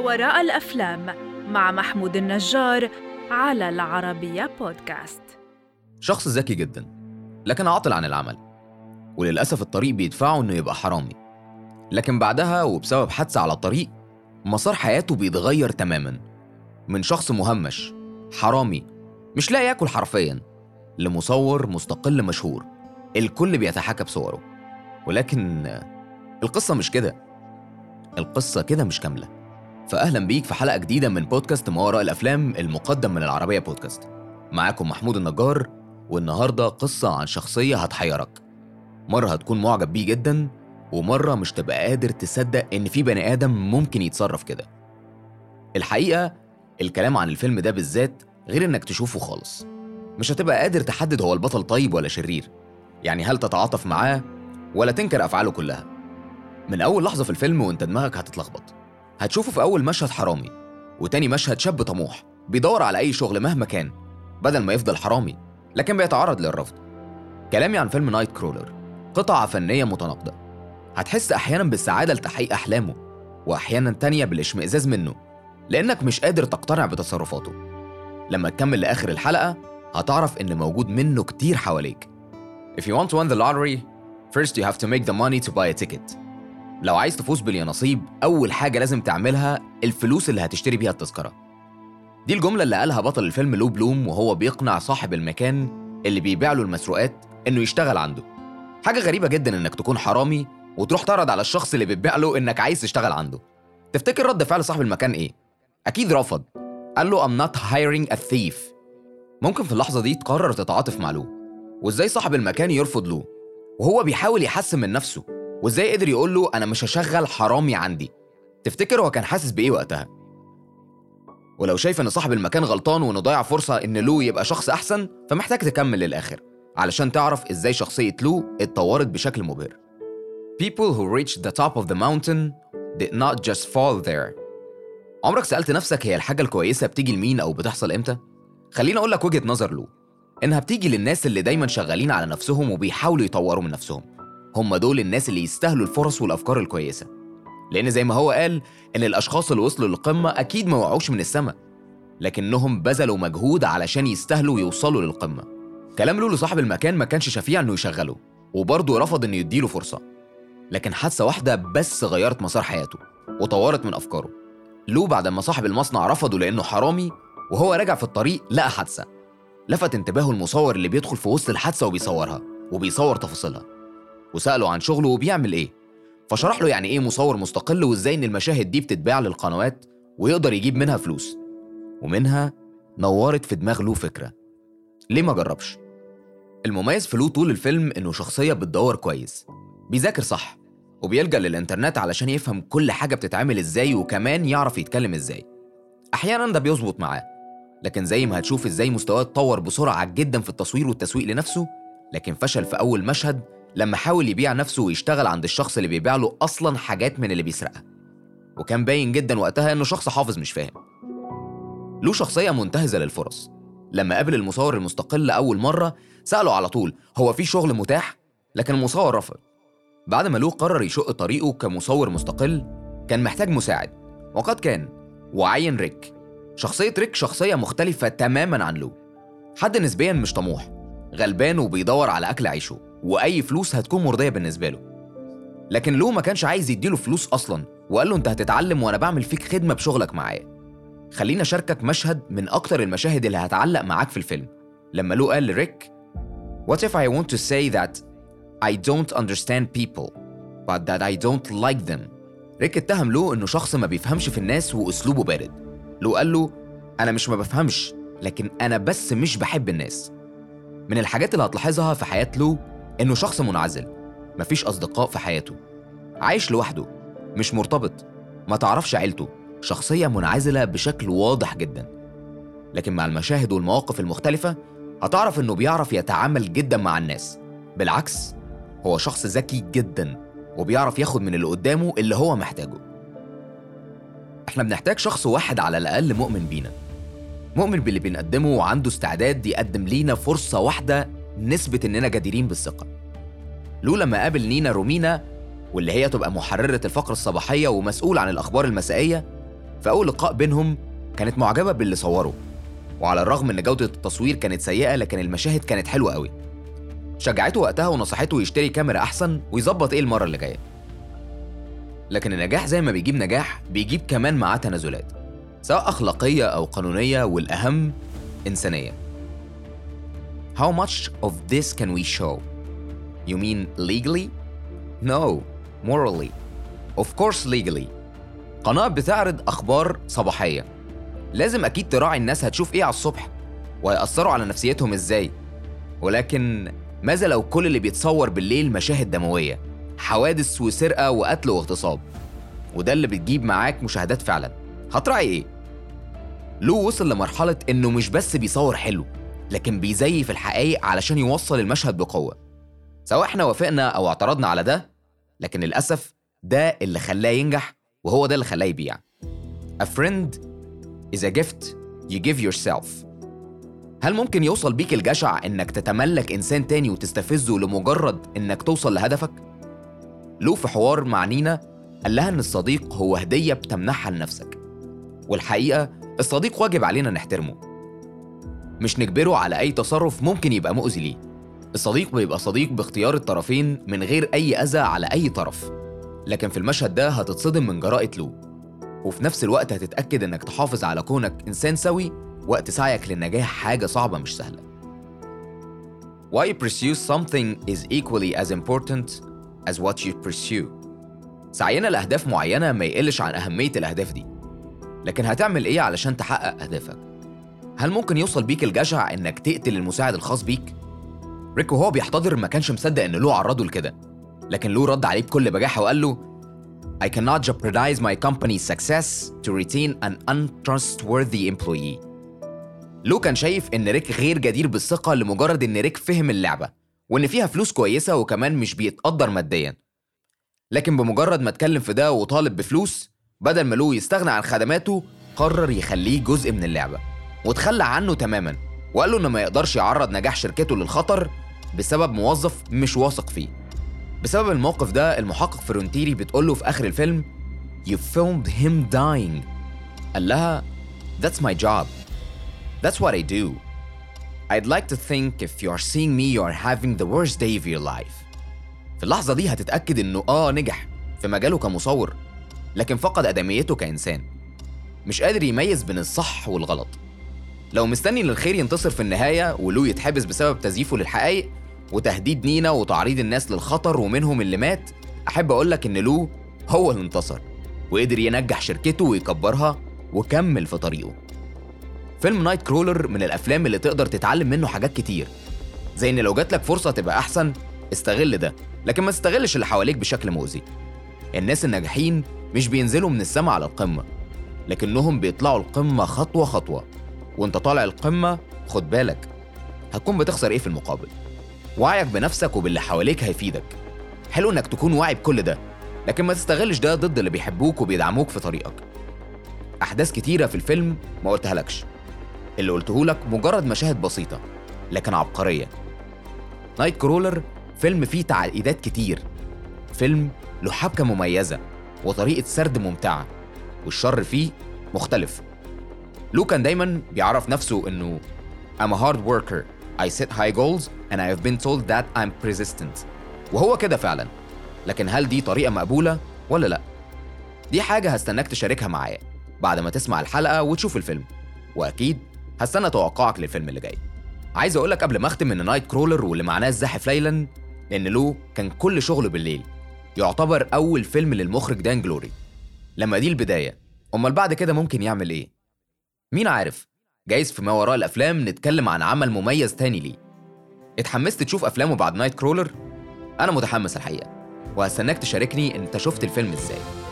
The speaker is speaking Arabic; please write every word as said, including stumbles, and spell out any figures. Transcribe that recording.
وراء الأفلام مع محمود النجار على العربية بودكاست. شخص ذكي جدا لكن عاطل عن العمل، وللأسف الطريق بيدفعه إنه يبقى حرامي. لكن بعدها وبسبب حادثة على الطريق مسار حياته بيتغير تماما، من شخص مهمش حرامي مش لاقي ياكل حرفيا لمصور مستقل مشهور الكل بيتحاكى بصوره. ولكن القصة مش كده، القصة كده مش كاملة. فأهلا بيك في حلقة جديدة من بودكاست ما وراء الأفلام المقدم من العربية بودكاست. معاكم محمود النجار، والنهاردة قصة عن شخصية هتحيرك. مرة هتكون معجب بيه جدا، ومرة مش تبقى قادر تصدق إن في بني آدم ممكن يتصرف كده. الحقيقة الكلام عن الفيلم ده بالذات غير إنك تشوفه خالص، مش هتبقى قادر تحدد هو البطل طيب ولا شرير، يعني هل تتعاطف معاه ولا تنكر أفعاله كلها. من أول لحظة في الفيلم وانت دماغك هتتلخبط. هتشوفه في أول مشهد حرامي، وتاني مشهد شاب طموح بيدور على أي شغل مهما كان بدل ما يفضل حرامي، لكن بيتعرض للرفض. كلامي عن فيلم نايت كرولر، قطعة فنية متناقضة. هتحس أحياناً بالسعادة لتحقيق أحلامه، وأحياناً تانية بالاشمئزاز منه لأنك مش قادر تقتنع بتصرفاته. لما تكمل لآخر الحلقة هتعرف إن موجود منه كتير حواليك. If you want to win the lottery, first you have to make the money to buy a ticket. لو عايز تفوز باليانصيب أول حاجة لازم تعملها الفلوس اللي هتشتري بيها التذكرة. دي الجملة اللي قالها بطل الفيلم لو بلوم وهو بيقنع صاحب المكان اللي بيبيع له المسروقات إنه يشتغل عنده. حاجة غريبة جدا إنك تكون حرامي وتروح تعرض على الشخص اللي بيبيع له إنك عايز تشتغل عنده. تفتكر رد فعل صاحب المكان إيه؟ أكيد رفض، قال له I'm not hiring a thief. ممكن في اللحظة دي تقرر تتعاطف مع لو، وإزاي صاحب المكان يرفض له وهو بيحاول يحسن من نفسه، وإزاي قدر يقول له أنا مش هشغل حرامي عندي. تفتكر هو كان حاسس بإيه وقتها؟ ولو شايف إن صاحب المكان غلطان وإنه ضيع فرصة إن لو يبقى شخص أحسن، فمحتاج تكمل للآخر علشان تعرف إزاي شخصية لو اتطورت بشكل مبهر. People who reached the top of the mountain did not just fall there. عمرك سألت نفسك هي الحاجة الكويسة بتيجي لمين أو بتحصل إمتى؟ خليني أقول لك وجهة نظر لو، إنها بتيجي للناس اللي دايماً شغالين على نفسهم وبيحاولوا يطوروا من نفسهم. هم دول الناس اللي يستاهلوا الفرص والأفكار الكويسة، لأن زي ما هو قال إن الأشخاص اللي وصلوا للقمة أكيد ما وقعوش من السماء، لكنهم بذلوا مجهود علشان يستاهلوا يوصلوا للقمة. كلام لو لصاحب المكان ما كانش شفيع إنه يشغله، وبرضه رفض إنه يديله فرصة. لكن حادثة واحدة بس غيرت مسار حياته وطورت من أفكاره. لو بعد ما صاحب المصنع رفضه لأنه حرامي، وهو راجع في الطريق لقى حادثة. لفت انتباهه المصور اللي بيدخل في وسط الحادثة وبيصورها وبيصور تفاصيلها، وسأله عن شغله وبيعمل إيه. فشرح له يعني إيه مصور مستقل، وإزاي إن المشاهد دي بتتباع للقنوات ويقدر يجيب منها فلوس. ومنها نورت في دماغ له فكرة، ليه ما جربش؟ المميز في له طول الفيلم إنه شخصية بتدور كويس، بيذاكر صح، وبيلجأ للإنترنت علشان يفهم كل حاجة بتتعمل إزاي، وكمان يعرف يتكلم إزاي. أحياناً ده بيظبط معاه، لكن زي ما هتشوف إزاي مستواه اتطور بسرعة جداً في التصوير والتسويق لنفسه. لكن فشل في أول مشهد لما حاول يبيع نفسه ويشتغل عند الشخص اللي بيبيع له أصلاً حاجات من اللي بيسرقها، وكان باين جداً وقتها إنه شخص حافظ مش فاهم. له شخصية منتهزة للفرص. لما قابل المصور المستقل أول مرة سأله على طول هو في شغل متاح، لكن المصور رفض. بعد ما لو قرر يشق طريقه كمصور مستقل كان محتاج مساعد، وقد كان، وعين ريك. شخصية ريك شخصية مختلفة تماماً عن لو، حد نسبياً مش طموح، غلبان وبيدور على أكل عيشه، وأي فلوس هتكون مرضية بالنسبة له. لكن لو ما كانش عايز يديله فلوس أصلاً، وقال له أنت هتتعلم وأنا بعمل فيك خدمة بشغلك معايا. خلينا أشاركك مشهد من أكتر المشاهد اللي هتعلق معاك في الفيلم. لما لو قال لريك What if I want to say that I don't understand people but that I don't like them. ريك اتهم لو إنه شخص ما بيفهمش في الناس وأسلوبه بارد. لو قال له أنا مش ما بفهمش، لكن أنا بس مش بحب الناس. من الحاجات اللي هتلاحظها في حياة لو إنه شخص منعزل، مفيش أصدقاء في حياته، عايش لوحده، مش مرتبط، ما تعرفش عيلته، شخصية منعزلة بشكل واضح جدا. لكن مع المشاهد والمواقف المختلفة هتعرف إنه بيعرف يتعامل جدا مع الناس. بالعكس هو شخص ذكي جدا وبيعرف ياخد من اللي قدامه اللي هو محتاجه. احنا بنحتاج شخص واحد على الأقل مؤمن بينا، مؤمن باللي بنقدمه وعنده استعداد يقدم لينا فرصة واحدة نثبت إننا جديرين بالثقة. لو لما قابل نينا رومينا واللي هي تبقى محررة الفقرة الصباحية ومسؤول عن الأخبار المسائية، في أول لقاء بينهم كانت معجبة باللي صوره، وعلى الرغم إن جودة التصوير كانت سيئة لكن المشاهد كانت حلوة قوي. شجعته وقتها ونصحته يشتري كاميرا أحسن ويظبط إيه المرة اللي جاية. لكن النجاح زي ما بيجيب نجاح بيجيب كمان معاه تنازلات، سواء أخلاقية أو قانونية، والأهم إنسانية. How much of this can we show? You mean legally? No, morally. Of course legally. قناة بتعرض أخبار صباحية، لازم أكيد تراعي الناس هتشوف إيه على الصبح وهيأثروا على نفسيتهم إزاي. ولكن ماذا لو كل اللي بيتصور بالليل مشاهد دموية، حوادث وسرقة وقتل واغتصاب، وده اللي بتجيب معاك مشاهدات فعلا؟ هتراعي إيه؟ لو وصل لمرحلة إنه مش بس بيصور حلو لكن بيزيف الحقائق علشان يوصل المشهد بقوة، سواء احنا وافقنا أو اعترضنا على ده، لكن للأسف ده اللي خلاه ينجح وهو ده اللي خلاه يبيع. A friend is a gift you give yourself. هل ممكن يوصل بيك الجشع إنك تتملك إنسان تاني وتستفزه لمجرد إنك توصل لهدفك؟ لو في حوار مع نينا قال لها إن الصديق هو هدية بتمنحها لنفسك، والحقيقة الصديق واجب علينا نحترمه، مش نجبره على أي تصرف ممكن يبقى مؤذي ليه. الصديق بيبقى صديق باختيار الطرفين من غير أي أذى على أي طرف. لكن في المشهد ده هتتصدم من جرأة لو، وفي نفس الوقت هتتأكد إنك تحافظ على كونك إنسان سوي وقت سعيك للنجاح حاجة صعبة مش سهلة. Why pursue something is equally as important as what you pursue. سعينا لأهداف معينة ما يقلش عن أهمية الأهداف دي، لكن هتعمل إيه علشان تحقق أهدافك؟ هل ممكن يوصل بيك الجشع إنك تقتل المساعد الخاص بيك؟ ريك وهو بيحتضر ما كانش مصدق إن لو عرضه لكده، لكن لو رد عليه بكل بجاحة وقال له I cannot jeopardize my company's success to retain an untrustworthy employee. لو كان شايف إن ريك غير جدير بالثقة لمجرد إن ريك فهم اللعبة وإن فيها فلوس كويسة وكمان مش بيتقدر مادياً. لكن بمجرد ما اتكلم في ده وطالب بفلوس، بدل ما لو يستغنى عن خدماته قرر يخليه جزء من اللعبة وتخلى عنه تماماً، وقال له إنه ما يقدرش يعرض نجاح شركته للخطر بسبب موظف مش واثق فيه. بسبب الموقف ده المحقق فرونتيري بتقوله في آخر الفيلم You filmed him dying. قال لها That's my job. That's what I do. I'd like to think if you're seeing me you're having the worst day of your life. في اللحظة دي هتتأكد إنه آه نجح في مجاله كمصور، لكن فقد أدميته كإنسان، مش قادر يميز بين الصح والغلط. لو مستني إن الخير ينتصر في النهاية ولو يتحبس بسبب تزييفه للحقائق وتهديد نينا وتعريض الناس للخطر ومنهم اللي مات، أحب أقولك إن لو هو اللي انتصر وقدر ينجح شركته ويكبرها وكمل في طريقه. فيلم نايت كرولر من الأفلام اللي تقدر تتعلم منه حاجات كتير، زي إن لو جاتلك فرصة تبقى أحسن استغل ده، لكن ما تستغلش اللي حواليك بشكل مؤذي. الناس الناجحين مش بينزلوا من السما على القمة، لكنهم بيطلعوا القمة خطوة خطوة، وانت طالع القمة خد بالك هتكون بتخسر ايه في المقابل. وعيك بنفسك وباللي حواليك هيفيدك. حلو انك تكون واعي بكل ده، لكن ما تستغلش ده ضد اللي بيحبوك وبيدعموك في طريقك. أحداث كتيرة في الفيلم ما قلتها لكش، اللي قلته لك مجرد مشاهد بسيطة لكن عبقرية. نايت كرولر فيلم فيه تعقيدات كتير، فيلم له حبكة مميزة وطريقة سرد ممتعة، والشر فيه مختلف. لو كان دايما بيعرف نفسه انه I'm a hard worker, I set high goals and I have been told that I'm persistent. وهو كده فعلا، لكن هل دي طريقة مقبولة ولا لا؟ دي حاجة هستناك تشاركها معايا بعد ما تسمع الحلقة وتشوف الفيلم، وأكيد هستنى توقعك للفيلم اللي جاي. عايز أقولك قبل ما أختم إن نايت كرولر واللي معناه الزاحف ليلا، لأن لو كان كل شغله بالليل، يعتبر أول فيلم للمخرج دان جلوري. لما دي البداية، أمال بعد كده ممكن يعمل إيه؟ مين عارف؟ جايز في ما وراء الأفلام نتكلم عن عمل مميز تاني ليه. اتحمست تشوف أفلامه بعد نايت كرولر؟ أنا متحمس الحقيقة، وهستناك تشاركني أنت شفت الفيلم إزاي.